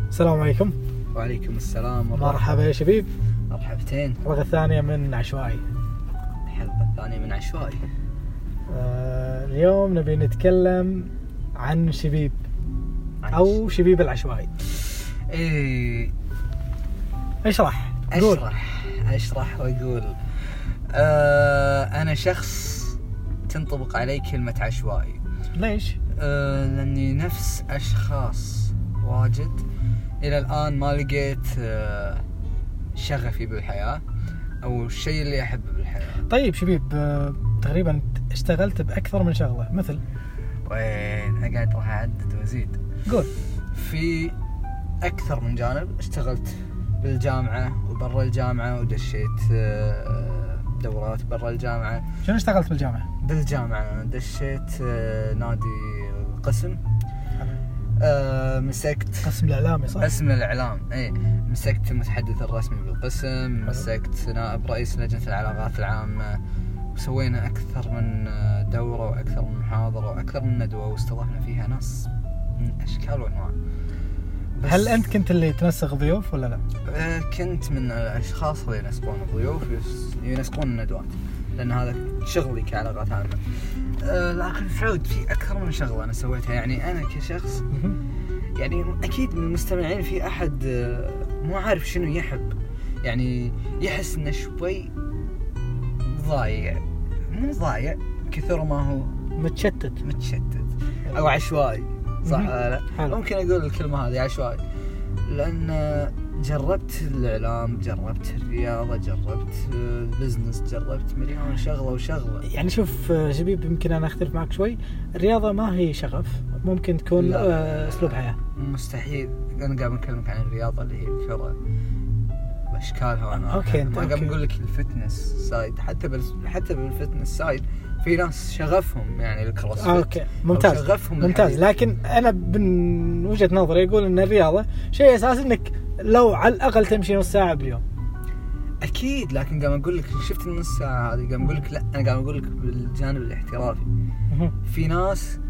السلام عليكم. وعليكم السلام. مرحبا يا شبيب. مرحبتين. الحلقة الثانية من عشوائي. اليوم نبي نتكلم عن شبيب أو شبيب العشوائي. اشرح وأقول أنا شخص تنطبق علي كلمة عشوائي. ليش؟ لأني نفس أشخاص واجد إلى الآن ما لقيت شغفي بالحياة أو الشيء اللي أحبه بالحياة. طيب شبيب، تقريبا اشتغلت بأكثر من شغلة، مثل وين أقعد راح أعدد وأزيد. قول. في أكثر من جانب. اشتغلت بالجامعة وبرا الجامعة، ودشيت دورات برا الجامعة. شنو اشتغلت بالجامعة؟ بالجامعة دشيت نادي القسم. مسكت قسم الإعلامي، صح؟ قسم الإعلام. مسكت المتحدث الرسمي بالقسم. مسكت نائب رئيس لجنة العلاقات العامة، وسوينا أكثر من دورة وأكثر من محاضرة وأكثر من ندوة، واستضفنا فيها ناس من أشكال وأنواع. هل أنت كنت اللي تنسق ضيوف ولا لا؟ كنت من الأشخاص اللي ينسقون الضيوف، ينسقون الندوات، لأن هذا شغلي كعلاقات عامة. لكن سعود في أكثر من شغلة أنا سويتها. يعني أنا كشخص، يعني أكيد من المستمعين في أحد مو عارف شنو يحب، يعني يحس إنه شوي ضايع، مو ضايع كثر ما هو متشتت أو عشوائي، صح ولا لا؟ ممكن أقول الكلمة هذه عشوائي، لأن جربت الإعلام، جربت الرياضة، جربت البزنس، جربت مليون شغلة. يعني شوف شبيب، يمكن أنا أختلف معك شوي. الرياضة ما هي شغف، ممكن تكون أسلوب حياة. مستحيل. أنا قاعد أكلمك عن الرياضة اللي هي الكرة بأشكالها وأنواعها. أوكي. ما قاعد أقول لك الفتنس سايد. حتى بالفتنس سايد في ناس شغفهم يعني الكروسفيت. اوكي، ممتاز. لكن انا من وجهة نظري اقول ان الرياضة شيء اساسي، انك لو على الاقل تمشي نص ساعة باليوم. اكيد، لكن قام اقول لك شفت النص ساعة هذه، قام اقول لك لا، انا قام اقول لك بالجانب الاحترافي. في ناس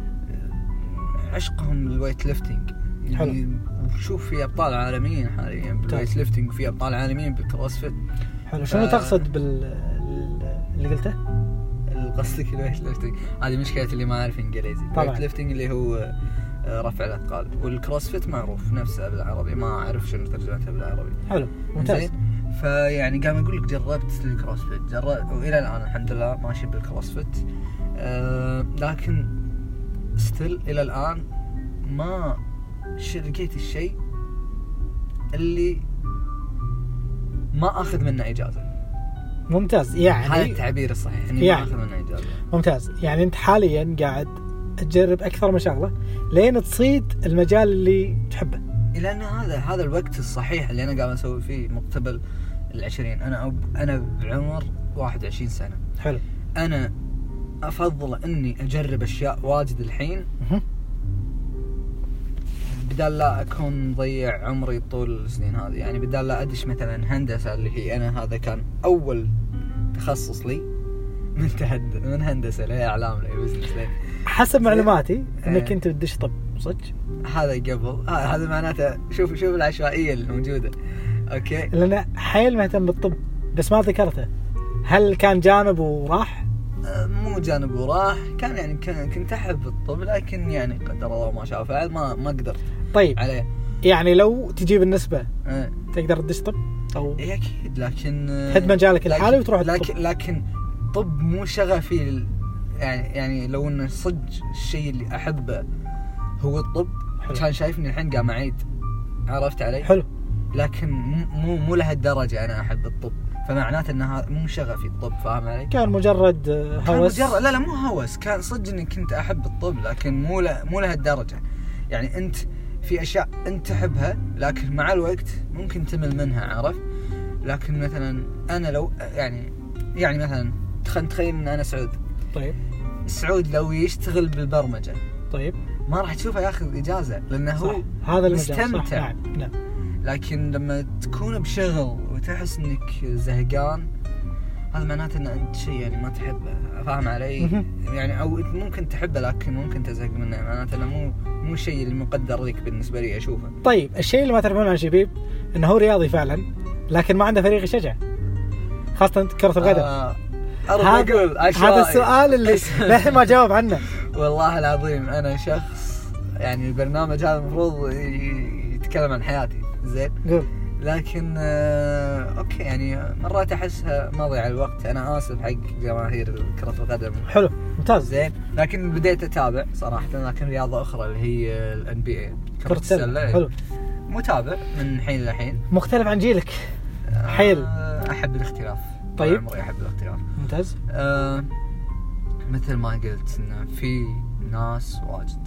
عشقهم الويت ليفتنج، يعني شوف في ابطال عالميين حاليا بالويت ليفتنج، وفي ابطال عالميين بالكروسفيت. حلو. شنو تقصد اللي قلته؟ قصدك الويت ليفتنج هذه مشكلة اللي ما أعرف إنجليزي. الويت ليفتنج اللي هو رفع الأثقال، والكروسفيت معروف نفسه بالعربي، ما أعرف شنو ترجمتها بالعربي. حلو، ممتاز. فيعني قام أقول لك جربت الكروسفيت، وإلى الآن الحمد لله ماشي بالكروسفيت. لكن ستيل إلى الآن ما لقيت الشيء اللي ما أخذ منه إجازة. ممتاز. يعني هذا التعبير الصحيح، يعني ما أخذ منه إجازة. ممتاز. يعني أنت حاليا قاعد تجرب أكثر من شغلة لين تصيد المجال اللي تحبه. لأن هذا الوقت الصحيح اللي أنا قاعد أسوي فيه مقتبل 20. أنا بعمر 21 سنة. حلو. أنا أفضل إني أجرب أشياء واجد الحين، بدال لا أكون ضيع عمري طول السنين هذه. يعني بدال لا أدش مثلا هندسة، اللي هي أنا هذا كان أول تخصص لي من هندسة لها إعلام لها بزنس لها. حسب معلوماتي أنك أنت بدش طب، صدق؟ هذا قبل هذا معناته شوف العشوائية الموجودة. أوكي، لأن حيل مهتم بالطب بس ما ذكرته. هل كان جانب وراح؟ مو جانب وراح، كان يعني كنت أحب الطب، لكن يعني قدر الله ما شاء فعل، ما قدرت. طيب عليه. يعني لو تجيب النسبة تقدر تدش طب أو أكيد، لكن هد مجالك الحالي وتروح لكن طب مو شغفي. يعني لو إن صدق الشيء اللي أحبه هو الطب، كان شايفني الحين قام أعيد، عرفت علي؟ حلو. لكن مو لهالدرجة أنا أحب الطب، فمعناته إنها مو شغفي الطب، فاهم علي؟ كان مجرد هوس. لا مو هوس، كان صدق إني كنت أحب الطب، لكن مو لهالدرجة. يعني أنت في أشياء أنت تحبها، لكن مع الوقت ممكن تمل منها، عرف؟ لكن مثلا أنا لو يعني مثلا تخيل إن أنا سعود. طيب سعود لو يشتغل بالبرمجة، طيب، ما راح تشوفه ياخذ إجازة، لأنه هو هذا مستمتع. نعم. لكن لما تكون بشغل وتحس إنك زهقان، هذا معناته ان انت شيء يعني ما تحبه، فاهم علي؟ يعني او ممكن تحبه لكن ممكن تزهق منه، معناته انه مو الشيء اللي مقدر لك بالنسبه لي اشوفه. طيب الشيء اللي ما تعرفون عن شبيب انه هو رياضي فعلا لكن ما عنده فريق يشجع، خاصه كره القدم. هذا السؤال اللي للحين ما جاوب عنه. والله العظيم انا شخص يعني البرنامج هذا المفروض يتكلم عن حياتي زين، قول. لكن اوكي يعني مرات احسها مضيع الوقت، انا اسف حق جماهير كرة القدم. حلو ممتاز زين، لكن بديت اتابع صراحة، لكن رياضة اخرى اللي هي NBA كرة السلة. حلو، متابع من حين لحين. مختلف عن جيلك حيل. احب الاختلاف. طيب عمري احب الاختلاف. ممتاز. مثل ما قلت انه في ناس واجد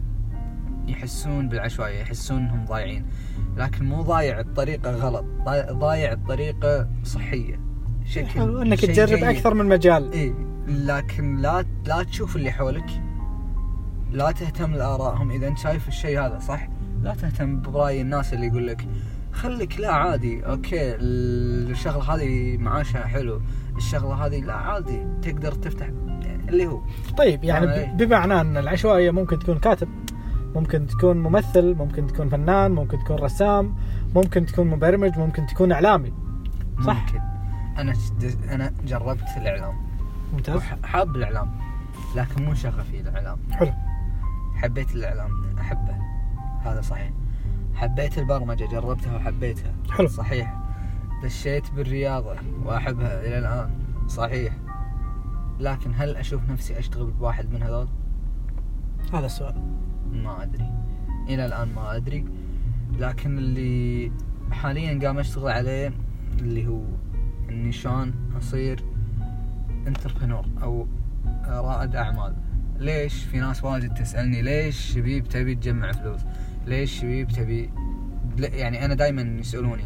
يحسون بالعشوائية، يحسون انهم ضايعين، لكن مو ضايع بطريقة غلط، ضايع بطريقة صحية، شكل انك تجرب اكثر من مجال. اي لكن لا تشوف اللي حولك، لا تهتم لآرائهم. اذا انت شايف الشيء هذا صح لا تهتم برأي الناس اللي يقول لك خليك، لا عادي اوكي الشغلة هذه معاشها حلو، الشغلة هذه لا عادي تقدر تفتح يعني اللي هو. طيب يعني بمعنى ان العشوائية ممكن تكون كاتب، ممكن تكون ممثل، ممكن تكون فنان، ممكن تكون رسام، ممكن تكون مبرمج، ممكن تكون إعلامي، صح؟ ممكن. أنا جربت الإعلام. ممتاز. حاب الإعلام لكن مو شغفي الإعلام. حلو. حبيت الإعلام أحبه، هذا صحيح. حبيت البرمجة جربتها وحبيتها. حلو. صحيح. دشيت بالرياضة وأحبها إلى الآن. صحيح. لكن هل أشوف نفسي أشتغل بواحد من هذول؟ هذا السؤال ما أدري إلى الآن ما أدري، لكن اللي حاليا قام أشتغل عليه اللي هو إني شلون أصير انتربرنور أو رائد أعمال. ليش في ناس واجد تسألني ليش شبيب تبي تجمع فلوس، ليش شبيب تبي، يعني أنا دايما يسألوني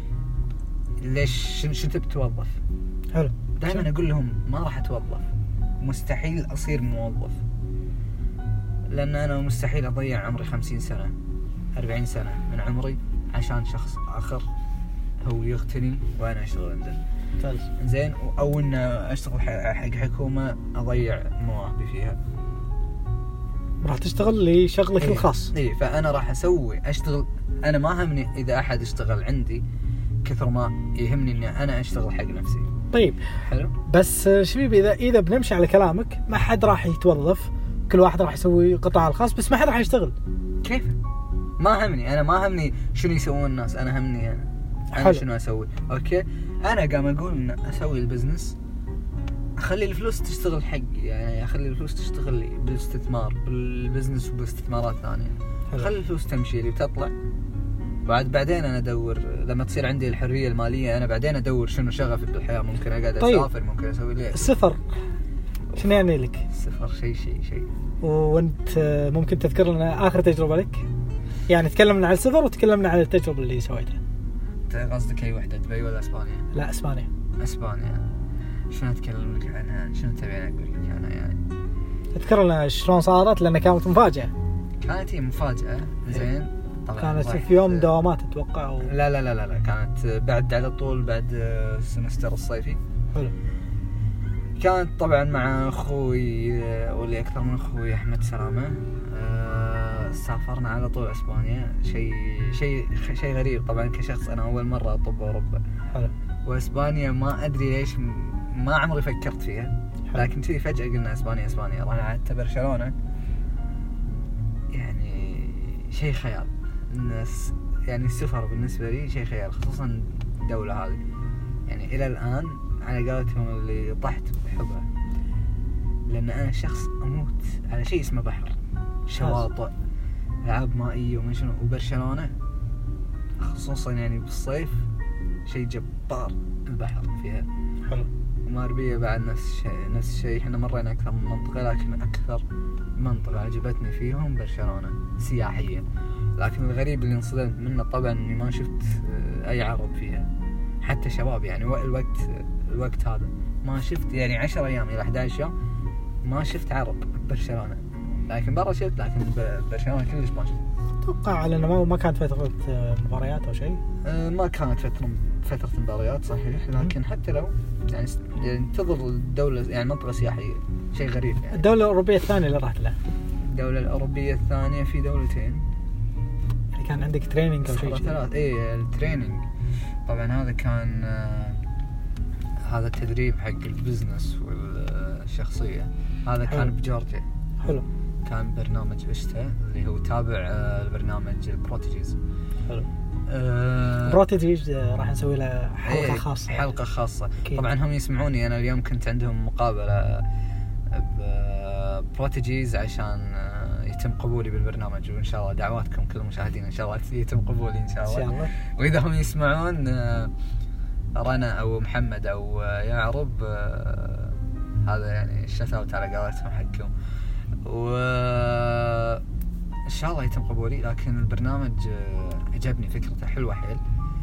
ليش شو تبي توظف. حلو. دايما أقول لهم ما راح أتوظف، مستحيل أصير موظف، لأن أنا مستحيل أضيع عمري 50 سنة 40 سنة من عمري عشان شخص آخر هو يغتني وأنا أشتغل عنده. ممتاز. زين، أو إن أشتغل حق حكومة أضيع مواهبي فيها. راح تشتغل لشغلك الخاص. إيه، فأنا راح أشتغل. أنا ما همني إذا أحد اشتغل عندي كثر ما يهمني إني أنا أشتغل حق نفسي. طيب حلو. بس شبيب إذا بنمشي على كلامك ما حد راح يتوظف، كل واحد راح يسوي قطاع الخاص، بس ما حد راح يشتغل. كيف؟ ما همني، أنا ما همني شنو يسوون الناس، أنا همني أنا شنو أسوي. أوكي، أنا قام أقول إن أسوي البزنس، أخلي الفلوس تشتغل حقي، يعني أخلي الفلوس تشتغل لي بالاستثمار بالبزنس وباستثمارات ثانية. خلي الفلوس تمشي لي وتطلع، بعدين أنا أدور لما تصير عندي الحرية المالية، أنا بعدين أدور شنو شغفي بالحياة. ممكن أقعد أسافر، ممكن أسوي لي السفر. شنو يعني لك السفر؟ شيء. وانت ممكن تذكر لنا آخر تجربة لك؟ يعني تكلمنا عن السفر وتكلمنا عن التجربة اللي سويتها. قصدك أي وحدة، دبي ولا إسبانيا؟ لا إسبانيا. شنو أتكلم لك عنها؟ شنو تبين أقول لك عنها يعني؟ اذكر لنا شلون صارت، لأن كانت مفاجأة. كانت هي مفاجأة. زين، طبعا كانت في يوم دوامات أتوقع لا كانت بعد على طول بعد السمستر الصيفي. حلو. كانت طبعا مع أخوي واللي أكثر من أخوي أحمد سلامة. سافرنا على طول إسبانيا. شيء غريب طبعا كشخص أنا أول مرة أطب أوروبا. حلو. وإسبانيا ما أدري ليش ما عمري فكرت فيها. حلو. لكن تي فجأة قلنا إسبانيا. رحنا حتى برشلونة. يعني شيء خيال. الناس يعني السفر بالنسبة لي شيء خيال، خصوصا الدولة هذه. يعني إلى الآن على قولتهم اللي طحت بحبها، لأن أنا شخص أموت على شيء اسمه بحر، شواطئ، ألعاب مائية وما شنو. وبرشلونة خصوصا يعني بالصيف شيء جبار البحر فيها. حلو. وماربية بعد نفس الشيء. إحنا مرينا أكثر من منطقة، لكن أكثر منطقة عجبتني فيهم برشلونة سياحيا. لكن الغريب اللي انصدمت منه طبعا إني ما شفت أي عرب فيها، حتى شباب. يعني الوقت هذا ما شفت، يعني 10 أيام إلى 11 يوم ما شفت عرب برشلونة. لكن برا شفت، لكن برشلونة كلش ما شفت. اتوقع على انه ما كانت فتره مباريات او شيء. ما كانت فتره مباريات صحيح، لكن حتى لو يعني تظل الدوله يعني منطقه سياحيه شيء غريب يعني. الدوله الاوروبيه الثانيه اللي رحت لها، الدوله الاوروبيه الثانيه في دولتين يعني كان عندك تريننج او شيء؟ ثلاث. التريننج طبعا هذا كان هذا التدريب حق البزنس والشخصيه، هذا كان بجورجيا. حلو. كان برنامج إشتا اللي هو تابع البرنامج البروتيجيز. حلو. بروتيجيز راح نسوي له حلقة خاصة. طبعا هم يسمعوني، أنا اليوم كنت عندهم مقابلة ببروتيجيز عشان يتم قبولي بالبرنامج، وإن شاء الله دعواتكم كل المشاهدين إن شاء الله يتم قبولي إن شاء الله. وإذا هم يسمعون رنا أو محمد أو يعرب، هذا يعني الشتاوت على قولتهم حقهم، وإن شاء الله يتم قبولي. لكن البرنامج عجبني، فكرته حلوة حيل،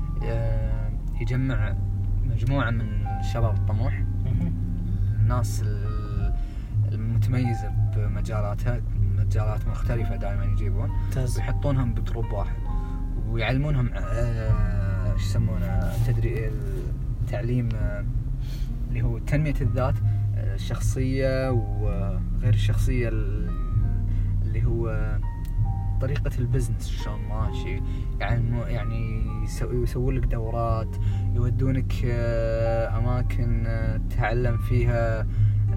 يجمع مجموعة من الشباب الطموح، الناس المتميزة بمجالات مختلفة دائما يجيبون ويحطونهم بجروب واحد ويعلمونهم ايش يسمونه تعليم اللي هو تنمية الذات الشخصية وغير الشخصية، اللي هو طريقة البزنس شلون ماشي، يعني يسوون لك دورات، يودونك أماكن تتعلم فيها،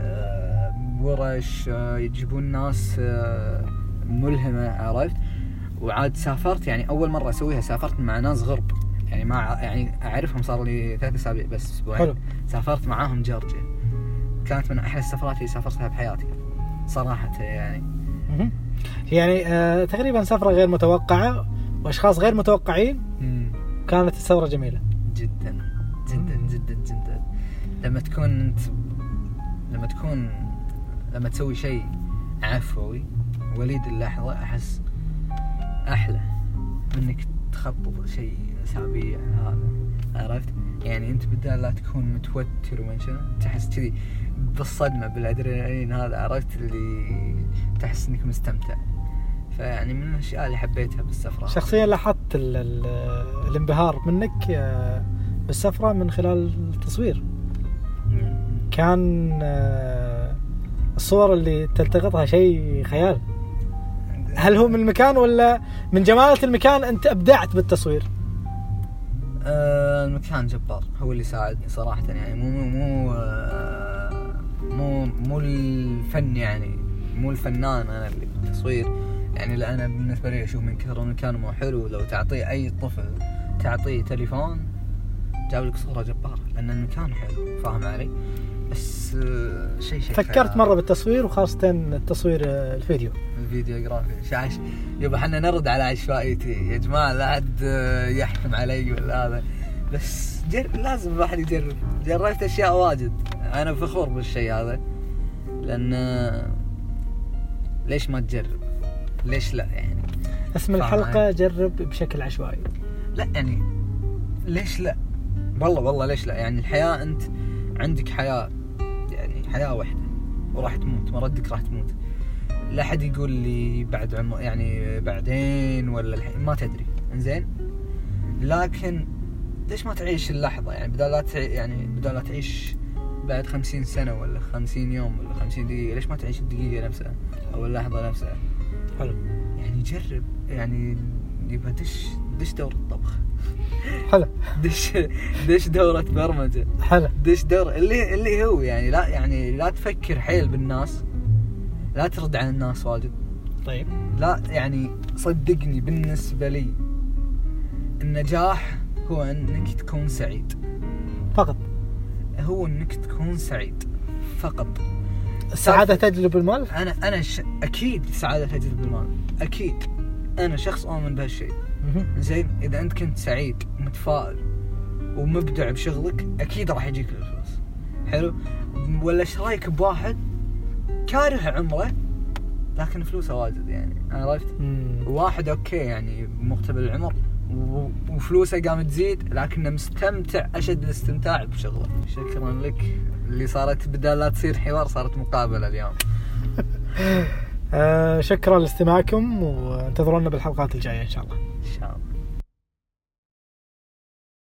ورش، يجيبون ناس ملهمة، عرفت. وعاد سافرت، يعني أول مرة أسويها سافرت مع ناس غرب، يعني ما يعني أعرفهم صار لي 3 أسابيع بس، أسبوعين سافرت معاهم جورجيا. كانت من أحلى السفرات اللي سافرتها بحياتي صراحة يعني. يعني تقريبا سفرة غير متوقعة وأشخاص غير متوقعين. كانت السفرة جميلة جدا جدا جدا جدا. لما تسوي شيء عفوي وليد اللحظة، أحس أحلى منك تخطط شيء أسابيع، هذا عرفت يعني. أنت بدال لا تكون متوتر ومنشن، تحس كذي بالصدمة بالأدرينالين، هذا عرفت، اللي تحس إنك مستمتع. فيعني من الأشياء اللي حبيتها بالسفرة. شخصيا لاحظت الانبهار منك بالسفرة من خلال التصوير. كان الصور اللي تلتقطها شيء خيال. هل هو من المكان ولا من جمالة المكان أنت أبدعت بالتصوير؟ المكان جبار، هو اللي ساعدني صراحة يعني. مو الفن يعني، مو الفنان أنا اللي بالتصوير يعني. لا، أنا بالنسبة لي أشوف من كثر المكان مو حلو، لو تعطيه أي طفل تعطيه تليفون جاب لك صورة جبارة، لأن المكان حلو، فاهم علي؟ بس شيء فكرت مرة بالتصوير، وخاصة التصوير الفيديوغرافي. شاش يبا حنا نرد على عشوائيتي يا جماعة، لا حد يحكم علي ولا هذا، بس لازم الواحد يجرب. جربت أشياء واجد، أنا فخور بالشيء هذا، لأن ليش ما تجرب؟ ليش لا يعني؟ اسم الحلقة جرب بشكل عشوائي. لا يعني ليش لا؟ والله ليش لا يعني؟ الحياة أنت عندك حياة، يعني حياة واحدة وراح تموت، مردك راح تموت. لا حد يقول لي بعد عمر يعني بعدين ولا ما تدري، إنزين. لكن ليش ما تعيش اللحظة يعني؟ بدل لا تعيش بعد 50 سنة ولا 50 يوم ولا 50 دقيقة، ليش ما تعيش الدقيقة نفسها أو اللحظة نفسها؟ حلو يعني جرب يعني، يبقى دش دورة طبخ. حلو. دش دورة برمجة. حلو. دش دورة اللي هو يعني لا تفكر حيل بالناس، لا ترد على الناس واجد. طيب. لا يعني صدقني، بالنسبة لي النجاح هو انك تكون سعيد فقط. هو انك تكون سعيد فقط. السعادة تجلب المال. انا اكيد السعادة تجلب المال، اكيد. انا شخص اؤمن بهالشيء. زين، اذا انت كنت سعيد ومتفائل ومبدع بشغلك، اكيد راح يجيك الفلوس. حلو. ولا ايش رايك بواحد كاره عمره لكن فلوسه واجد يعني، عرفت؟ واحد اوكي يعني مقتبل العمر وفلوسه قامت تزيد لكنه مستمتع اشد الاستمتاع بشغله. شكرا لك. اللي صارت بدال لا تصير حوار صارت مقابلة اليوم. شكرا لاستماعكم، وانتظرونا بالحلقات الجاية إن شاء الله.